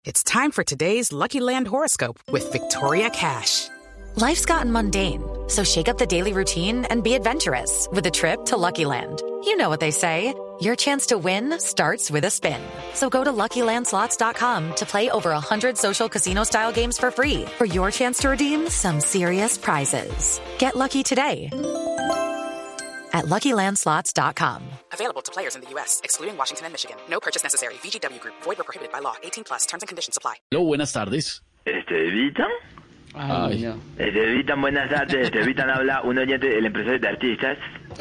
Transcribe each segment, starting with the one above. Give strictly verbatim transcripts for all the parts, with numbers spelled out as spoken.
It's time for today's Lucky Land horoscope with Victoria Cash. Life's gotten mundane, so shake up the daily routine and be adventurous with a trip to Lucky Land. You know what they say, your chance to win starts with a spin. So go to Lucky Land Slots dot com to play over one hundred social casino-style games for free for your chance to redeem some serious prizes. Get lucky today at Lucky Land Slots dot com. Available to players in the U S, excluding Washington and Michigan. No purchase necessary. V G W Group. Void or prohibited by law. eighteen plus. Terms and conditions apply. Hello, buenas tardes. ¿Estevitan? Ay, no. Estevitan, buenas tardes. Estevitan habla un oyente del empresario de artistas.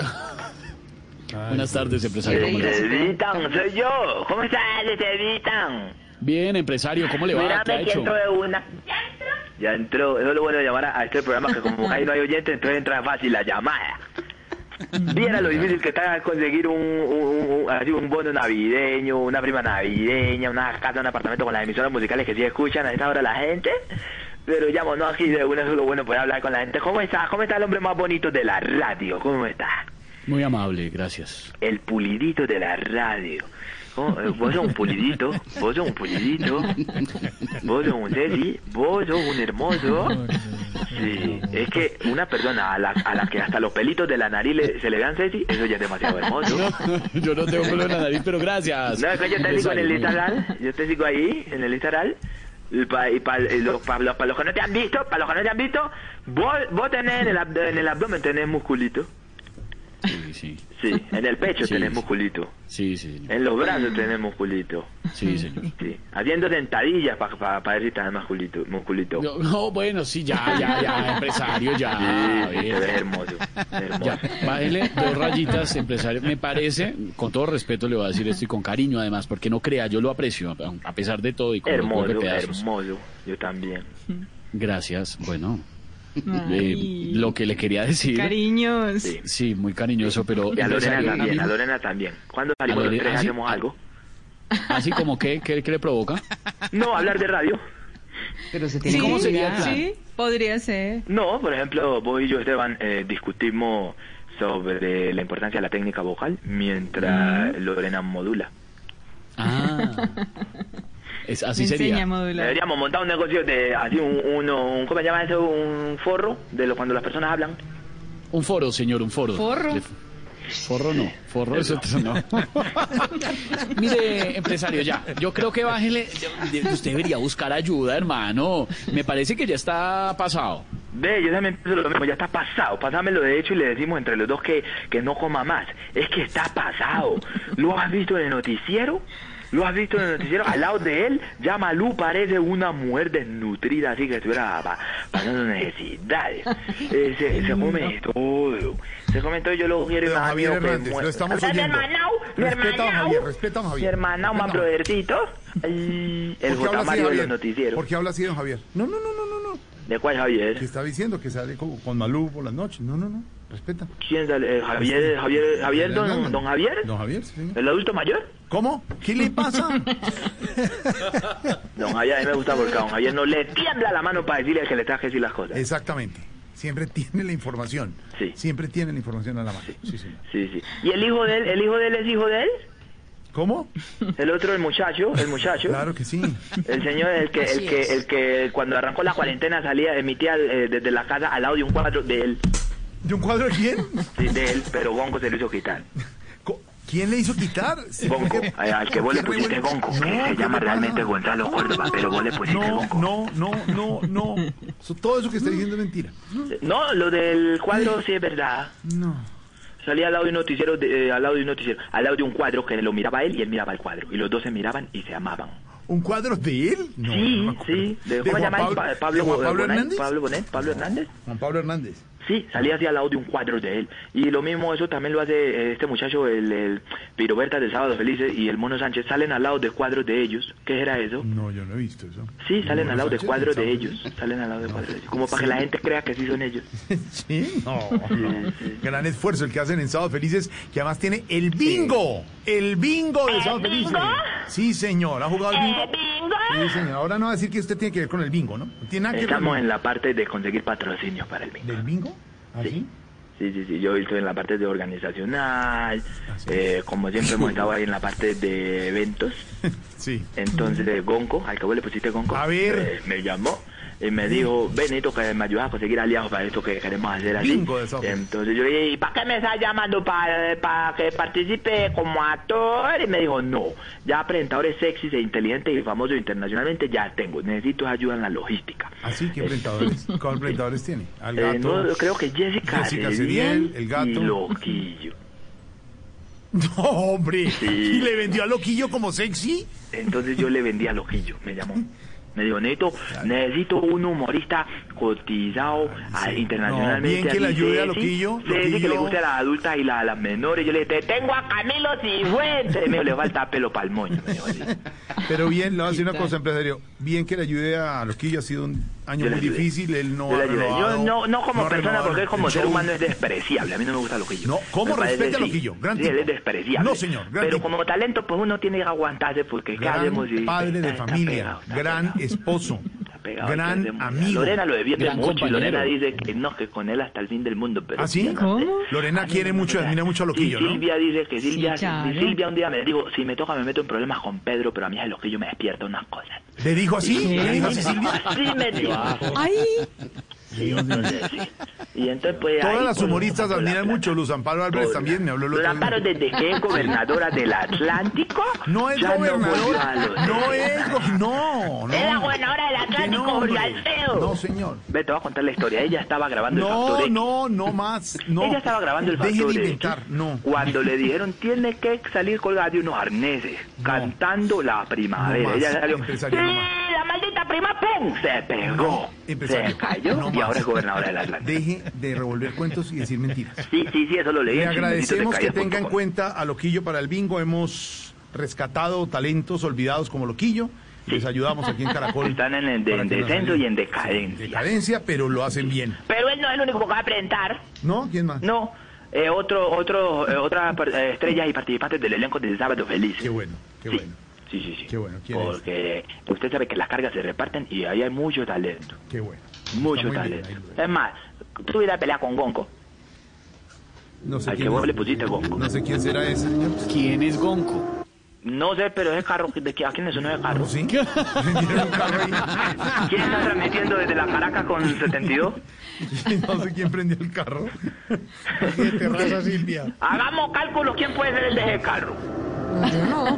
Buenas tardes, empresario. ¿Cómo le va? Estevitan, soy yo. ¿Cómo estás, Estevitan? Bien, empresario, ¿cómo le va? Mira, ¿Qué ha me hecho? siento de una. Ya entró. Eso es lo bueno de llamar a, a este programa, que como ahí no hay oyente, entonces entra fácil la llamada. Viera lo difícil que está conseguir un, un, un, así un bono navideño, una prima navideña, una casa, un apartamento con las emisoras musicales que sí escuchan a esta hora la gente. Pero llamo, no, aquí de una, eso es lo bueno, poder hablar con la gente. ¿Cómo está? ¿Cómo está el hombre más bonito de la radio? ¿Cómo está? Muy amable, gracias. El pulidito de la radio. ¿Cómo? Vos sos un pulidito, vos sos un pulidito, vos sos un Ceci, vos sos un hermoso. Sí, es que una persona a la, a la que hasta los pelitos de la nariz le, se le vean Ceci, eso ya es demasiado hermoso. No, yo no tengo pelo en la nariz, pero gracias. No, es que yo te sigo en el Instagram, yo te sigo ahí, en el Instagram. Y para pa, los, pa, los, pa los que no te han visto, para los que no te han visto, vos, vos tenés en el, abd en el abdomen tenés musculito. Sí, sí. Sí, en el pecho Sí, tenés sí. musculito. Sí, sí. En los brazos tenés musculito. Sí, señor. Sí, haciendo sentadillas para pa, pa ver si tenés musculito. musculito. No, no, bueno, sí, ya, ya, ya, empresario, ya. a Sí, te ver. ves hermoso, hermoso. Ya, bájele dos rayitas, empresario. Me parece, con todo respeto le voy a decir esto y con cariño además, porque no crea, yo lo aprecio, a a pesar de todo y con los Hermoso, golpe pedazos. hermoso. Yo también. Gracias, bueno. Ay. Eh, lo que le quería decir. Cariños. Sí. Sí, muy cariñoso, pero Y a Lorena empresario, también, a a mí- Lorena también. ¿Cuándo A salimos los Lorena, tres ¿ah, sí? hacemos algo? así como que, ¿qué, qué le provoca? No, hablar de radio. Pero se tiene- ¿Cómo sería el plan? Sí, podría ser. No, por ejemplo, vos y yo, Esteban, eh, discutimos sobre la importancia de la técnica vocal mientras Lorena modula. Ah, es, así Me sería. enseña a modular. Deberíamos montar un negocio de así un, uno, un ¿cómo se llama eso? Un forro de lo cuando las personas hablan. Un foro, señor, un foro. ¿Forro? Le- Forro no, forro es otro, no. Mire, empresario, ya, yo creo que bájele, usted debería buscar ayuda, hermano. Me parece que ya está pasado. Ve, yo también pienso lo mismo, ya está pasado. Pásamelo de hecho y le decimos entre los dos que, que no coma más. Es que está pasado. ¿Lo has visto en el noticiero? ¿Lo has visto en el noticiero? Al lado de él, ya Malú parece una mujer desnutrida, así que estuviera pa, pasando necesidades. Eh, se, se come todo. Se come todo, yo lo quiero Don más Javier amigo que Hernández, muerto. lo estamos Ay, mi oyendo. hermanao, mi Respeta a don hermanao. Javier, respeta a don Javier. Mi hermanao, más Respeta a don brothercito. Ay, el ¿Por qué J. habla así, Mario de los Javier? noticieros. ¿Por qué habla así, don Javier? No, no, no, no, no, no. ¿De cuál Javier? Que está diciendo que sale con, con Malú por las noches. No, no, no. Respeta. ¿Quién sale? Eh, Javier, Javier, Javier, don, Hernández. don Javier. Don Javier, sí, señor. ¿El adulto mayor? ¿Cómo? ¿Qué le pasa? Don Javier, a mí me gusta porque a don Javier no le tiembla la mano para decirle que le traje así las cosas. Exactamente. Siempre tiene la información. Sí. Siempre tiene la información a la mano. Sí, señor. Sí, sí. ¿Y el hijo de él? ¿El hijo de él es hijo de él? ¿Cómo? El otro, el muchacho, el muchacho. Claro que sí. El señor, el que, el que, el que cuando arrancó la cuarentena salía, emitía eh, desde la casa al lado de un cuadro de él. ¿De un cuadro de quién? Sí, de él, pero Bonco se lo hizo quitar. Co- ¿Quién le hizo quitar? Bonco, eh, al que vos le pusiste Bonco, que No, se ¿qué llama le realmente pasa? Gonzalo Córdoba, pero vos le pusiste No, Bonco. no, no, no, no. Eso- todo eso que está diciendo es mentira. No, lo del cuadro sí es verdad. No. Salía al lado de un noticiero, de, eh, al lado de un noticiero, al lado de un cuadro que lo miraba él y él miraba el cuadro. Y los dos se miraban y se amaban. ¿Un cuadro de él? No, sí, no me acuerdo. sí. ¿De, ¿De ¿Cómo se Juan llama él? Pablo- Pa- de Pablo, Juan Pablo Bonet, Hernández? Pablo Bonet, Pablo Hernández. Juan Pablo Hernández. Sí, salía así al lado de un cuadro de él. Y lo mismo, eso también lo hace eh, este muchacho, el, el Piroberta del Sábado Felices y el Mono Sánchez. Salen al lado de cuadros de ellos. ¿Qué era eso? No, yo no he visto eso. Sí, salen al lado de Sánchez, cuadros de ¿el ellos. Sábado Salen al lado de No, cuadros de ellos. Como para sí. que la gente crea que sí son ellos. ¿Sí? No, no. Gran esfuerzo el que hacen en Sábados Felices, que además tiene el bingo. El bingo de Sábados Felices. Sí, señor. ¿Ha jugado el bingo? bingo! Sí, señor. Ahora no va a decir que usted tiene que ver con el bingo, ¿no? No tiene nada que ver Estamos con en la parte de conseguir patrocinios para el bingo. ¿Del bingo? ¿Ah, sí? Sí, sí, sí, yo estoy en la parte de organizacional, eh, como siempre hemos estado ahí en la parte de eventos. Sí. Entonces, Gonco, al que vos le pusiste Gonco, A ver. eh, me llamó y me dijo, Benito, que me ayudas a conseguir aliados para esto que queremos hacer así. Bingo de software. Entonces yo le dije, ¿y para qué me estás llamando? ¿Para, para que participe como actor? Y me dijo, no, ya presentadores sexys e inteligentes y famosos internacionalmente ya tengo, necesito ayuda en la logística. ¿Así? ¿Qué presentadores? ¿Cuáles presentadores tiene? Al Eh, gato. no, creo que Jessica, Jessica Cediel Cediel, el gato. y Loquillo. No, hombre. Sí. ¿Y le vendió a Loquillo como sexy? Entonces yo le vendí a Loquillo, me llamó. Me dijo, necesito, necesito un humorista cotizado a- internacionalmente. No, bien que le así, ayude a sí, Loquillo, sí, sí, que Loquillo. le guste a las adultas y la- a las menores. Yo le dije, te tengo a Camilo Cifuentes. Me dijo, le falta pelo pa'l moño. Me dijo así. Pero bien, le voy a decir una cosa, empresario. Bien que le ayude a Loquillo, ha sido un año Yo le muy ayudé. difícil, él no Yo ha le ayudé. renovado, Yo no, no como no ha persona, renovado porque él como el ser show. humano es despreciable. A mí no me gusta Loquillo. No, ¿cómo Me parece, respete a sí. Loquillo? Gran Sí, tipo. él es despreciable. No, señor, gran Pero tipo. como talento, pues uno tiene que aguantarse porque ¿qué Gran hacemos? si- padre de está familia, pegado, está gran pegado. esposo, Pegado, gran entonces, amigo. Lorena lo defiende Gran mucho y compañero. Lorena dice que no, que con él hasta el fin del mundo. Pero ¿Ah, sí? yo no sé. ¿Cómo? Lorena A mí quiere no me mucho, gusta. admira mucho a Loquillo, Y ¿no? Silvia dice que Silvia, Sí, claro. Silvia un día me dijo, si me toca me meto en problemas con Pedro, pero a mí es Loquillo me despierta unas cosas. ¿Le dijo así? ¿Qué? ¿Le dijo así, Silvia? Así me dijo. Ay, Entonces, sí. Y entonces, pues, Todas ahí, las pues, humoristas con la admiran plata. mucho. Luz Amparo Álvarez Todas. también me habló el Luz otro Amparo, día. desde que es gobernadora del Atlántico, No es ya no volvió a gobernadora. los- No es, go- no, no. Es la gobernadora del Que Atlántico, no, Jorge hombre. Alfredo. No, señor. Ve, te voy a contar la historia. Ella estaba grabando el No, Factor X. no, no más. No. Ella estaba grabando el Deje Factor de X. inventar, no. Cuando le dijeron, tiene que salir colgada de unos arneses, cantando la primavera. No más, Ella salió, empresario, ¡sí, no más. la maldita prima! ¡Pum! Se pegó. No, empresario, se cayó no y más. ahora es gobernadora del Atlántico. Deje de revolver cuentos y decir mentiras. Sí, sí, sí, eso lo leí. Le en agradecemos que chismecitos de tenga en calles punto com. cuenta a Loquillo para el bingo. Hemos rescatado talentos olvidados como Loquillo. Les ayudamos aquí en Caracol. Están en, el de- para en que nos descenso ayuden. y en decadencia. Decadencia, pero lo hacen bien. Pero él no es el único que va a presentar. ¿No? ¿Quién más? No. Eh, otro, otro, eh, otras eh, estrellas y participantes del elenco de Sábado Feliz. Qué bueno, qué Sí. bueno. Sí, sí, sí. Qué bueno, ¿quién es? Porque usted sabe que las cargas se reparten y ahí hay mucho talento. Qué bueno. Mucho Está muy bien, talento. ahí lo- Es más, tú ibas a pelear con Gonco. No sé Al quién que vos es. le pusiste Gonco. No sé quién será ese, señor. ¿Quién es Gonco? No sé, pero es carro. ¿De qué- ¿A quién le sonó el carro? ¿Sí? Vendieron un carro ahí. ¿Quién está transmitiendo desde la Caracas con setenta y dos? No sé quién prendió el carro. Qué terraza, Silvia. Hagamos cálculos. ¿Quién puede ser el de ese carro? yo no.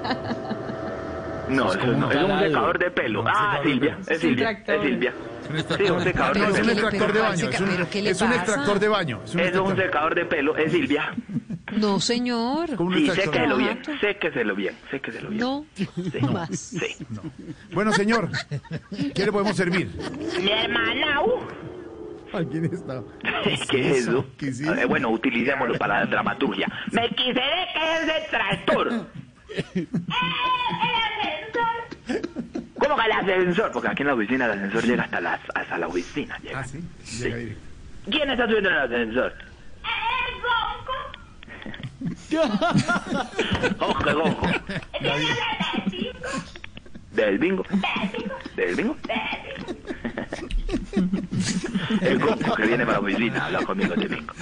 No, Es eso como no, un es un taladro. secador de pelo. No, Ah, secador de Silvia, pelo. es Silvia, es tractor. Silvia. Es un Sí, extractor. un secador Pero de Es un ¿qué le- pelo. extractor de pero baño. ¿cuál Es seca- un, pero qué le es un pasa? extractor de baño. Es un Es un extractor. secador de pelo, es Silvia. No, señor. Como un Sí, extractor. séqueselo bien, Exacto. séqueselo bien, séqueselo bien. No, Sí, más. sí. Bueno, señor, ¿qué le podemos servir? Mi hermana, uh, ¿A quién está? ¿qué es eso? ¿Qué es A ver, eso? bueno, utilicémoslo para la dramaturgia. Me quise de que es de trastor. ¿Cómo que el ascensor? Porque aquí en la oficina el ascensor llega hasta la, hasta la oficina. Llega. Ah, sí. Llega directo. ¿Quién está subiendo en el ascensor? ¡Oh, qué gonco! ¿Del bingo? ¿Del bingo? El gonco que viene para la oficina a hablar conmigo de bingo.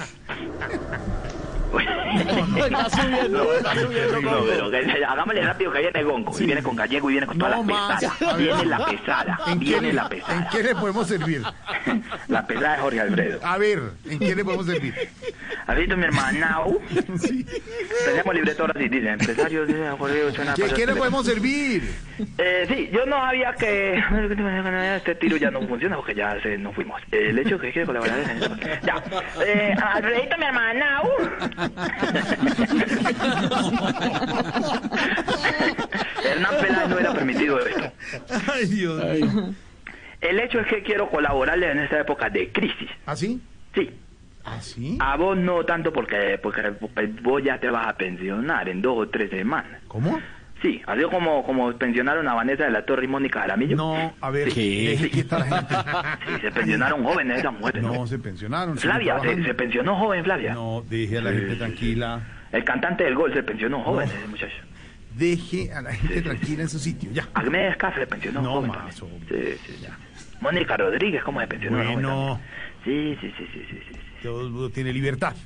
Va subiendo, va subiendo No, Gonco. pero que- hagámosle rápido que viene Gonco. Y viene con gallego y viene con toda No la más. pesada. A ver. Viene la pesada. ¿En qué, Viene le, la ¿En pesada. qué le podemos servir? La pesada es Jorge Alfredo. A ver, ¿en qué le podemos servir? ¿Has visto mi hermana? Uh, Sí. Tenemos libreto ahora sí, dice, empresario de Jorge Ochoa. ¿Qué, ¿Qué le podemos servir? Eh, sí, yo no sabía que este tiro ya no funciona porque ya se, nos fuimos. El hecho que quiere colaborar en eso. Ya. Eh, Alfredito, mi hermana. Uh. Hernán Peláez no era permitido esto. Ay, Dios mío. Ay, El hecho es que quiero colaborarle en esta época de crisis. ¿Ah, sí? Sí. ¿Ah, sí? A vos no tanto porque, porque vos ya te vas a pensionar en dos o tres semanas. ¿Cómo? Sí, así como, como pensionaron a Vanessa de la Torre y Mónica Jaramillo. No, a ver, ¿Qué? deje quieta a la gente. Sí, se pensionaron jóvenes esas mujeres. ¿no? No, se pensionaron. Flavia, siguen se, se trabajando. pensionó joven Flavia. No, deje a la gente tranquila. El cantante del gol se pensionó joven, ese muchacho. Deje a la gente tranquila en su sitio, ya. Agnes Café se pensionó No joven. más, también. hombre. Sí, sí, ya. Mónica Rodríguez, ¿cómo se pensionó joven Bueno, también? Sí, sí, sí, sí, sí, sí. Todo el mundo tiene libertad.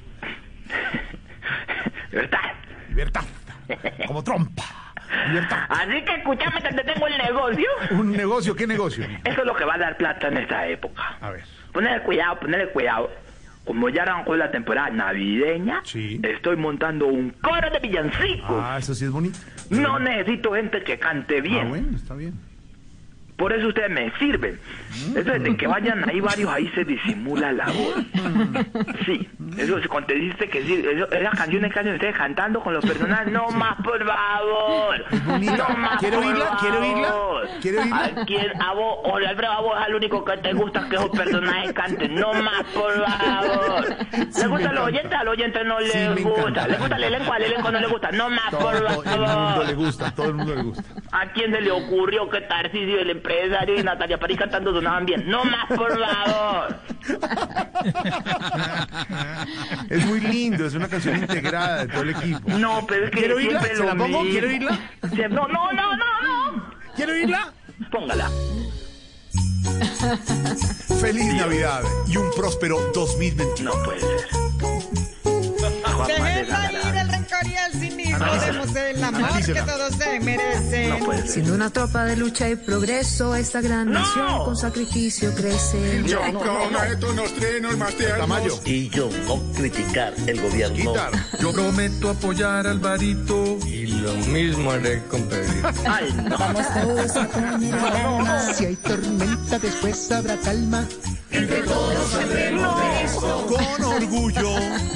¿Verdad? Libertad. Como trompa. Libertad. Así que escúchame que te tengo el negocio. ¿Un negocio? ¿Qué negocio? Eso es lo que va a dar plata en esta época. A ver. Ponele cuidado, ponele cuidado. Como ya arrancó la temporada navideña, Sí. estoy montando un coro de villancicos. Ah, eso sí es bonito. No necesito gente que cante bien. Ah, bueno, está bien. Por eso ustedes me sirven. Eso de que vayan ahí varios, ahí se disimula la voz. Sí, eso cuando te dice que sí, eso, esas canciones que hacen ustedes cantando con los personajes, no más, por favor. bonita. No más, ¿Quiere por oírla? ¿Quiere oírla? favor. ¿Quiere oírla? ¿A quién? A vos, o Alfredo, a vos es el único que te gusta que esos personajes canten. No más, por favor. Sí, ¿Le me gusta a los encanta. oyentes? A los oyentes no Sí, les me gusta. encanta. ¿Le gusta el elenco? Al elenco no le gusta. No más, por Todo el mundo favor. le gusta, todo el mundo le gusta. ¿A quién se le ocurrió que Tarcisio, el empresario, y Natalia París cantando sonaban bien? No más, por favor. Es muy lindo, es una canción integrada de todo el equipo. No, pero es que ¿Quiero oírla? siempre ¿Se la lo pongo? mismo. ¿Quiero oírla? Sie- No, no, no, no, no. ¿Quiere oírla? Póngala. Feliz Navidad y un próspero dos mil veintiuno. No puede ser. Juan Dejen Manuel salir Galarza. el rencor y el cinismo, Analícela. demos el amor que Analícela. todos se merecen. No puede ser. Siendo una tropa de lucha y progreso, esta gran ¡No! nación con sacrificio crece. Yo no, no, no. estos unos trenos más Tamayo. Y yo no criticar el gobierno. Quitar. Yo prometo apoyar a Alvarito y lo mismo haré con Pedrito. Ay, no. Vamos todos a poner Si hay tormenta, después habrá calma. Con orgullo.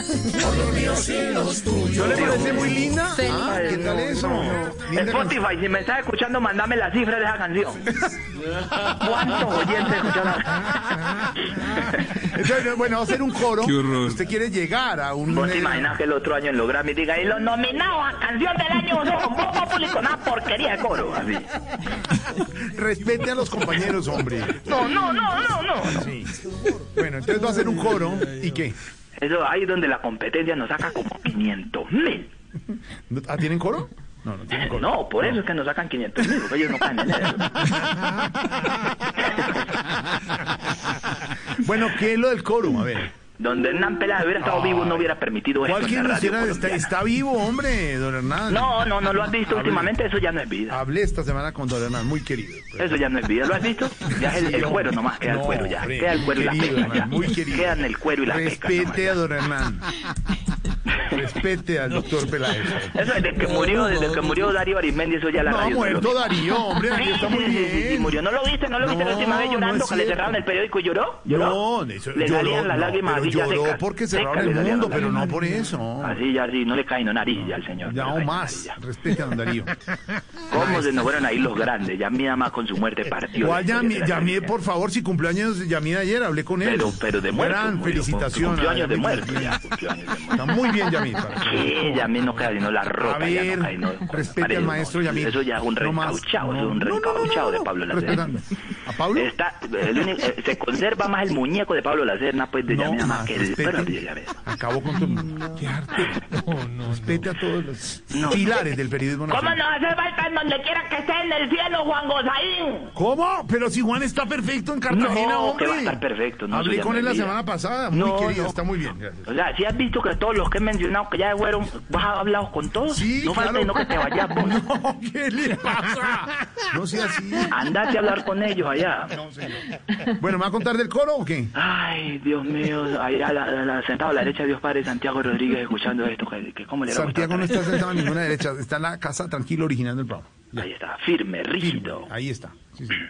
¿No le parece muy linda? Ah, ¿qué tal eso? Linda Spotify, si me estás escuchando, mándame la cifra de esa canción. ¿Cuántos oyentes escucharon? Entonces, bueno, va a ser un coro. Qué horror. Usted quiere llegar a un... ¿Vos te eh, imaginas que el otro año en los Grammy diga, y los nominados a canción del año son Voz Populi con una porquería de coro? Así. Respete a los compañeros, hombre. No, no, no, no, no. Sí. Bueno, entonces va a ser un coro. ¿Y qué? Eso ahí es donde la competencia nos saca como quinientos mil. ¿Ah, tienen coro? No, no tienen coro. No, por eso es que nos sacan quinientos mil, porque ellos no caen en eso. Bueno, ¿qué es lo del coro? A ver. Donde Hernán Peláez hubiera estado vivo, no hubiera permitido esto ¿Cuál en que la nos radio era? Está, colombiana. está vivo, hombre, don Hernán. No, no, no lo has visto Hablé. últimamente, eso ya no es vida. Hablé esta semana con don Hernán, muy querido. Eso ya no es vida, ¿lo has visto? Ya es el, el cuero nomás, queda el No, cuero ya. hombre, Queda el cuero y la querido, peca ya. Hernán, muy querido. Quedan el cuero y la peca. Respete a nomás. don Hernán. Respete al doctor Peláez. Eso desde que murió, desde que murió Darío Arismendi, eso ya la No ha radio. muerto Darío, hombre, Sí, Darío está muy sí, sí, sí, sí, bien. murió. ¿No lo viste? ¿No lo viste la No, última vez no llorando es que le cierto. cerraron el periódico y lloró? ¿Lloró? No, eso, le lloró, salían las no, lágrimas pero así ya lloró secas. porque Secas cerraron le el salían mundo, las pero no lágrimas. por eso. Así ya, sí, no le cae no nariz ya al señor. Ya no o le cae más, nariz ya. respete a don Darío. ¿Cómo se nos fueron ahí los grandes? Ya nada más con su muerte partió. ¿Cuál la historia Yami? de la Yami, televisión. por favor, si cumpleaños Yami ayer, hablé con él. Pero, pero de muerto. Gran murió, felicitación. Cumplió a años de Yami. muerto ya, cumplió años de muerto. Está muy bien, Yami. para que- Sí, ya a mí no queda sino la A ropa. ya ver, no cae, no, respete parece, al no. maestro Yamil. Eso ya es un No más. reencauchado, eso es un No, no, no, reencauchado no, de no. Pablo Lacerda. Respetando. ¿A Pablo? Está, el único- eh, se conserva más el muñeco de Pablo Lacerda, pues, de No Yamil, más más, que el... respete. Bueno, ya ves. Acabó con tu... Qué arte. Respete a todos los No. pilares del periodismo ¿Cómo nacional. nos hace falta en donde quiera que esté en el cielo, Juan Gozaín? ¿Cómo? Pero si Juan está perfecto en Cartagena, No, hombre. que va a estar perfecto, no, Hablé eso ya con no él es la vida. semana pasada, muy No, querido, no. está muy bien, gracias. O sea, si has visto que todos los que he mencionado que ya fueron, ¿vas a hablar con todos? Sí, no falta claro. sino que te vayas vos. No, ¿qué le pasa? No sea así. Andate a hablar con ellos allá. Bueno, ¿me va a contar del coro o qué? Ay, Dios mío, ahí a la, a la- sentado a la derecha de Dios Padre Santiago Rodríguez escuchando esto, que, que cómo le era Santiago no gustado. está sentado a ninguna derecha, está en la casa tranquilo originando el programa. Ya. Ahí está, firme, rígido. Ahí está. Sí, sí.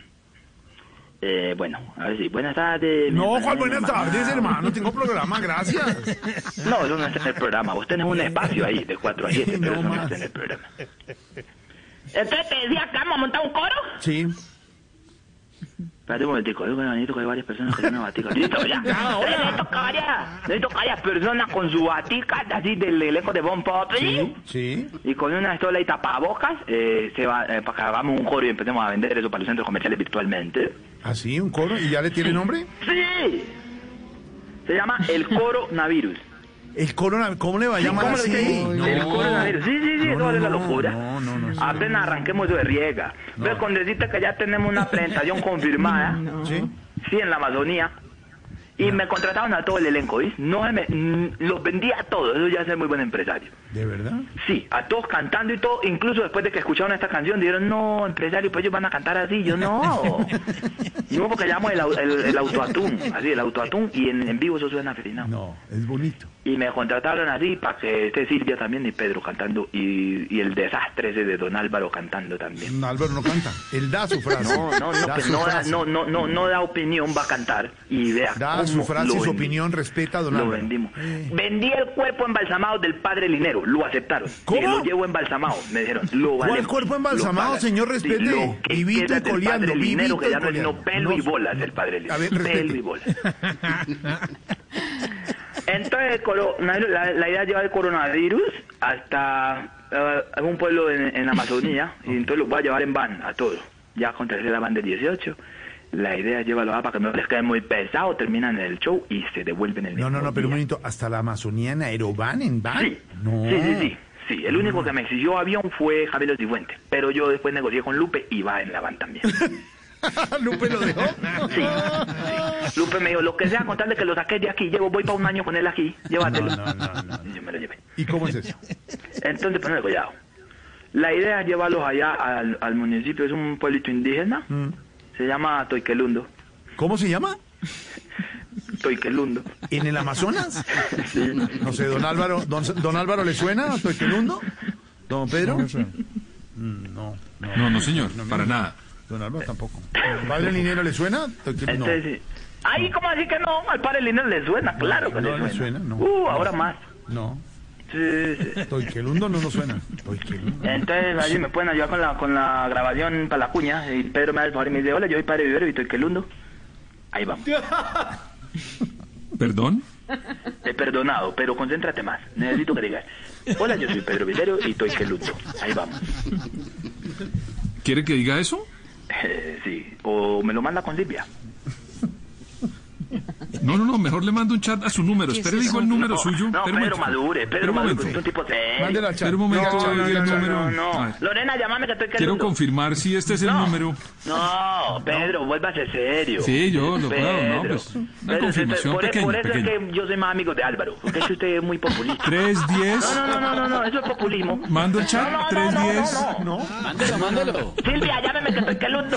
Eh, bueno, a ver si, buenas tardes. mi No, hermano, Juan, buenas mi hermana. tardes, hermano. Tengo programa, gracias. No, eso no está en el programa. Vos tenés un espacio ahí de cuatro a siete, pero No eso no más. está en el programa. Entonces te decía que vamos a montar un coro. Sí. Espérate un momentico, digo que necesito que hay varias personas que tienen una batica. Listo, ya. Necesito que varias, necesito que varias personas con su batica, así del elenco de Bon Pop, Sí, sí. y con una estola y tapabocas, eh, se va, eh, para que hagamos un coro y empecemos a vender eso para los centros comerciales virtualmente. ¿Así? ¿Un coro? ¿Y ya le tiene nombre? ¡Sí! Se llama El Coronavirus. El coronavirus, ¿cómo le va a Sí, llamar ¿cómo lo así? dice ahí? No. El coronavirus. Sí, sí, sí, No, eso no, es la no, locura. no, no, no, sí. Apenas arranquemos eso de riega. Pero con decirte que ya tenemos una presentación confirmada, ¿Sí? sí, en la Amazonía. Y me contrataron a todo el elenco, ¿viste? No me, mm, los vendía a todos, eso ya es ser muy buen empresario. ¿De verdad? Sí, a todos cantando y todo, incluso después de que escucharon esta canción, dijeron, no, empresario, pues ellos van a cantar así, yo no. No, porque llamamos el, el, el autoatún, así, el autoatún, y en, en vivo eso suena afinado. No, es bonito. Y me contrataron así para que esté Silvia también y Pedro cantando, y, y el desastre ese de Don Álvaro cantando también. No, Álvaro no canta, él da su frase. No, no, no, da pues su no, da, frase. no, no, no, no da opinión, va a cantar, y vea Da su frase y su vendimos. opinión, respeta a Don Lo Álvaro. vendimos. Eh. Vendí el cuerpo embalsamado del padre Linero, lo aceptaron. ¿Cómo? Que lo llevo embalsamado, me dijeron, lo ¿Cuál valemos. cuerpo embalsamado, Lo pagan. señor? Respete. Sí, lo que Vivito queda y del coleando, padre Linero, vivito que ya y no es sino coleando. pelo No. y bolas el padre Linero. A ver, pelo respete. y bolas. Entonces, el coro- la, la idea es llevar el coronavirus hasta uh, un pueblo en, en Amazonía, y entonces los voy a llevar en van a todos. Ya con tercera van de dieciocho. La idea es llevarlo para que no les quede muy pesado, terminan el show y se devuelven el mismo No, no, no, pero un día. momento, ¿hasta la Amazonía en aerovan, en van? Sí, No. sí, sí, sí, sí. El único que me exigió avión fue Javier Cifuentes, pero yo después negocié con Lupe y va en la van también. ¿Lupe lo dejó? Sí, sí. Lupe me dijo, lo que sea, contarle que lo saqué de aquí, llevo, voy para un año con él aquí, llévatelo. No, no, no, no. Y yo me lo llevé. ¿Y cómo es eso? Entonces, pues, no collado. La idea es llevarlos allá al, al municipio, es un pueblito indígena, Mm. se llama Toiquelundo. ¿Cómo se llama? Toiquelundo. ¿En el Amazonas? Sí. No sé, don Álvaro, don, don Álvaro ¿le suena a Toiquelundo? ¿Don Pedro? No, no, Mm, no, no. no, no, señor, No, para mira. nada. Don Álvaro tampoco. ¿Padre Linero le suena? Toiquelundo. Entonces, sí. Ay, ¿cómo así que no? Al padre Linero le suena, claro que no le le suena. suena, no. Uh, ahora más. No. Sí, sí. Toiquelundo no nos suena. Toiquelundo. Entonces, allí me pueden ayudar con la, con la grabación para la cuña. Y Pedro me da el favor y me dice, hola, yo soy Padre Vivero y Toiquelundo. Ahí vamos. ¿Perdón? He perdonado, pero concéntrate más. Necesito que digas, hola, yo soy Pedro Vivero y Toiquelundo. Ahí vamos. ¿Quiere que diga eso? Eh, sí, o me lo manda con Silvia. No, no, no, mejor le mando un chat a su número. Espere, digo el número No, suyo. no, Espere un Pedro momento. madure, Espere Pedro un madure, momento. es un tipo serio. Mándela al chat. Espera un momento, No, no, diga el no, número. No, no. A ver, Lorena, llámame que estoy quiero queriendo. confirmar si este es el No. número. No, Pedro, vuélvase serio. Sí, yo lo puedo, no, Pedro. pues, una Pedro, confirmación por, pequeña, por eso pequeña. es que yo soy más amigo de Álvaro, porque es que usted es muy populista. tres diez. No, no, no, no, no, eso es populismo. Mando el chat. No, no, no, tres no, diez. no, no. No. Mándelo, mándelo. Silvia, llámeme que estoy quelundo.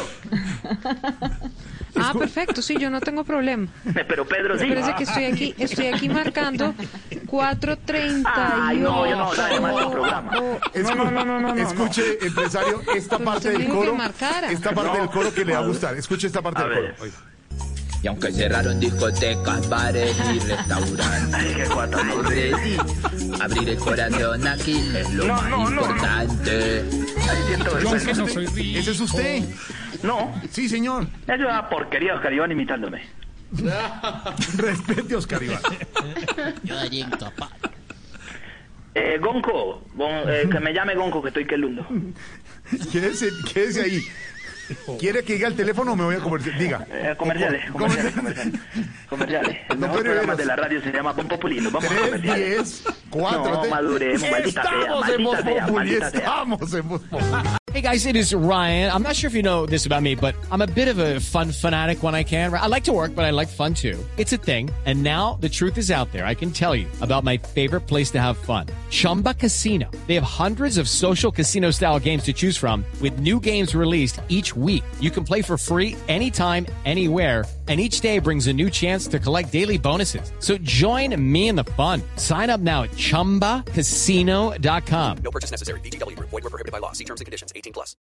Ah, perfecto, sí, yo no tengo problema. Pero Pedro sí. Espérese que estoy aquí, estoy aquí marcando cuatro treinta Ay, y no, yo no hablo de más del programa. Escu- no, no, no, no, no, Escuche, empresario, esta Pero parte usted del me dijo que coro. marcara. Esta parte No. del coro que le va a gustar. Escuche esta parte A del ver. coro. Oiga. Y aunque cerraron discotecas, bares y restaurantes, Ay, qué cuata, no, decidí abrir el corazón aquí es lo No, más no, no, no. importante. Ay, siento vergüenza. Ese es usted. No, Sí, señor. eso es una porquería, Oscar Iván imitándome. Respete a Oscar Iván. Eh, Gonco, Gon- eh, que me llame Gonco, que estoy quelundo. Quédese, quédese ahí. ¿Quiere que diga el teléfono o me voy a comercial? Diga. Eh, comerciales, comerciales, comerciales. Comerciales. El No, mejor pero programa veras. de la radio se llama Bon Populino. Vamos a tres, comerciales. diez, cuatro. No, maduremos, maldita sea, Estamos en maldita Voz sea, Populi, maldita sea. estamos en Voz Populi. Hey guys, it is Ryan. I'm not sure if you know this about me, but I'm a bit of a fun fanatic when I can. I like to work, but I like fun too. It's a thing. And now the truth is out there. I can tell you about my favorite place to have fun. Chumba Casino. They have hundreds of social casino style games to choose from with new games released each week. You can play for free anytime, anywhere. And each day brings a new chance to collect daily bonuses. So join me in the fun. Sign up now at chumba casino dot com. No purchase necessary. V G W Group. Void where prohibited by law. See terms and conditions. eighteen plus.